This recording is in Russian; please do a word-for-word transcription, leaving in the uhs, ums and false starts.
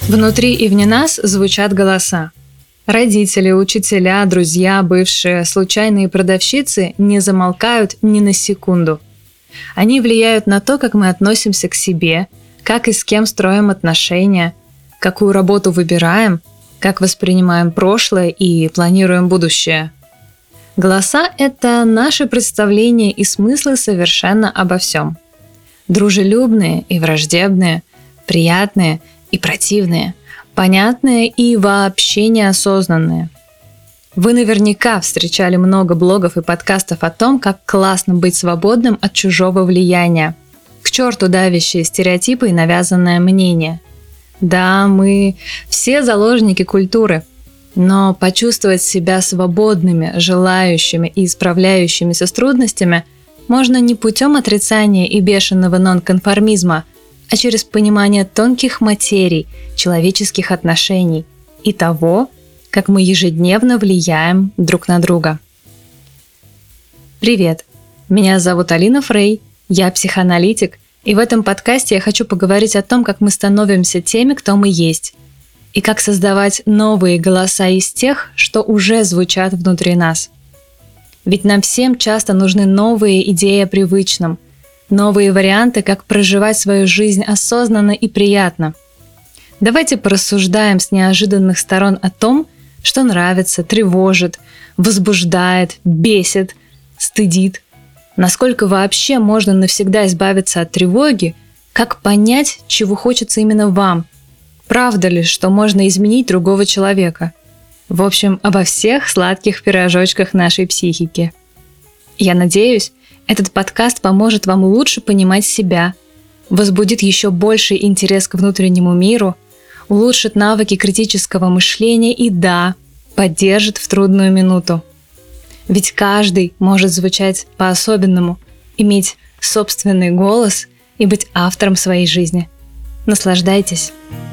Внутри и вне нас звучат голоса. Родители, учителя, друзья, бывшие, случайные продавщицы не замолкают ни на секунду. Они влияют на то, как мы относимся к себе, как и с кем строим отношения, какую работу выбираем, как воспринимаем прошлое и планируем будущее. Голоса – это наши представления и смыслы совершенно обо всем. Дружелюбные и враждебные, приятные и противные, понятные и вообще неосознанные. Вы наверняка встречали много блогов и подкастов о том, как классно быть свободным от чужого влияния. К черту давящие стереотипы и навязанное мнение. Да, мы все заложники культуры, но почувствовать себя свободными, желающими и справляющимися с трудностями можно не путем отрицания и бешеного нонконформизма, а через понимание тонких материй, человеческих отношений и того, как мы ежедневно влияем друг на друга. Привет, меня зовут Алина Фрей, я психоаналитик, и в этом подкасте я хочу поговорить о том, как мы становимся теми, кто мы есть, и как создавать новые голоса из тех, что уже звучат внутри нас. Ведь нам всем часто нужны новые идеи о привычном, новые варианты, как проживать свою жизнь осознанно и приятно. Давайте порассуждаем с неожиданных сторон о том, что нравится, тревожит, возбуждает, бесит, стыдит. Насколько вообще можно навсегда избавиться от тревоги, как понять, чего хочется именно вам. Правда ли, что можно изменить другого человека? В общем, обо всех сладких пирожочках нашей психики. Я надеюсь, этот подкаст поможет вам лучше понимать себя, возбудит еще больший интерес к внутреннему миру, улучшит навыки критического мышления и, да, поддержит в трудную минуту. Ведь каждый может звучать по-особенному, иметь собственный голос и быть автором своей жизни. Наслаждайтесь!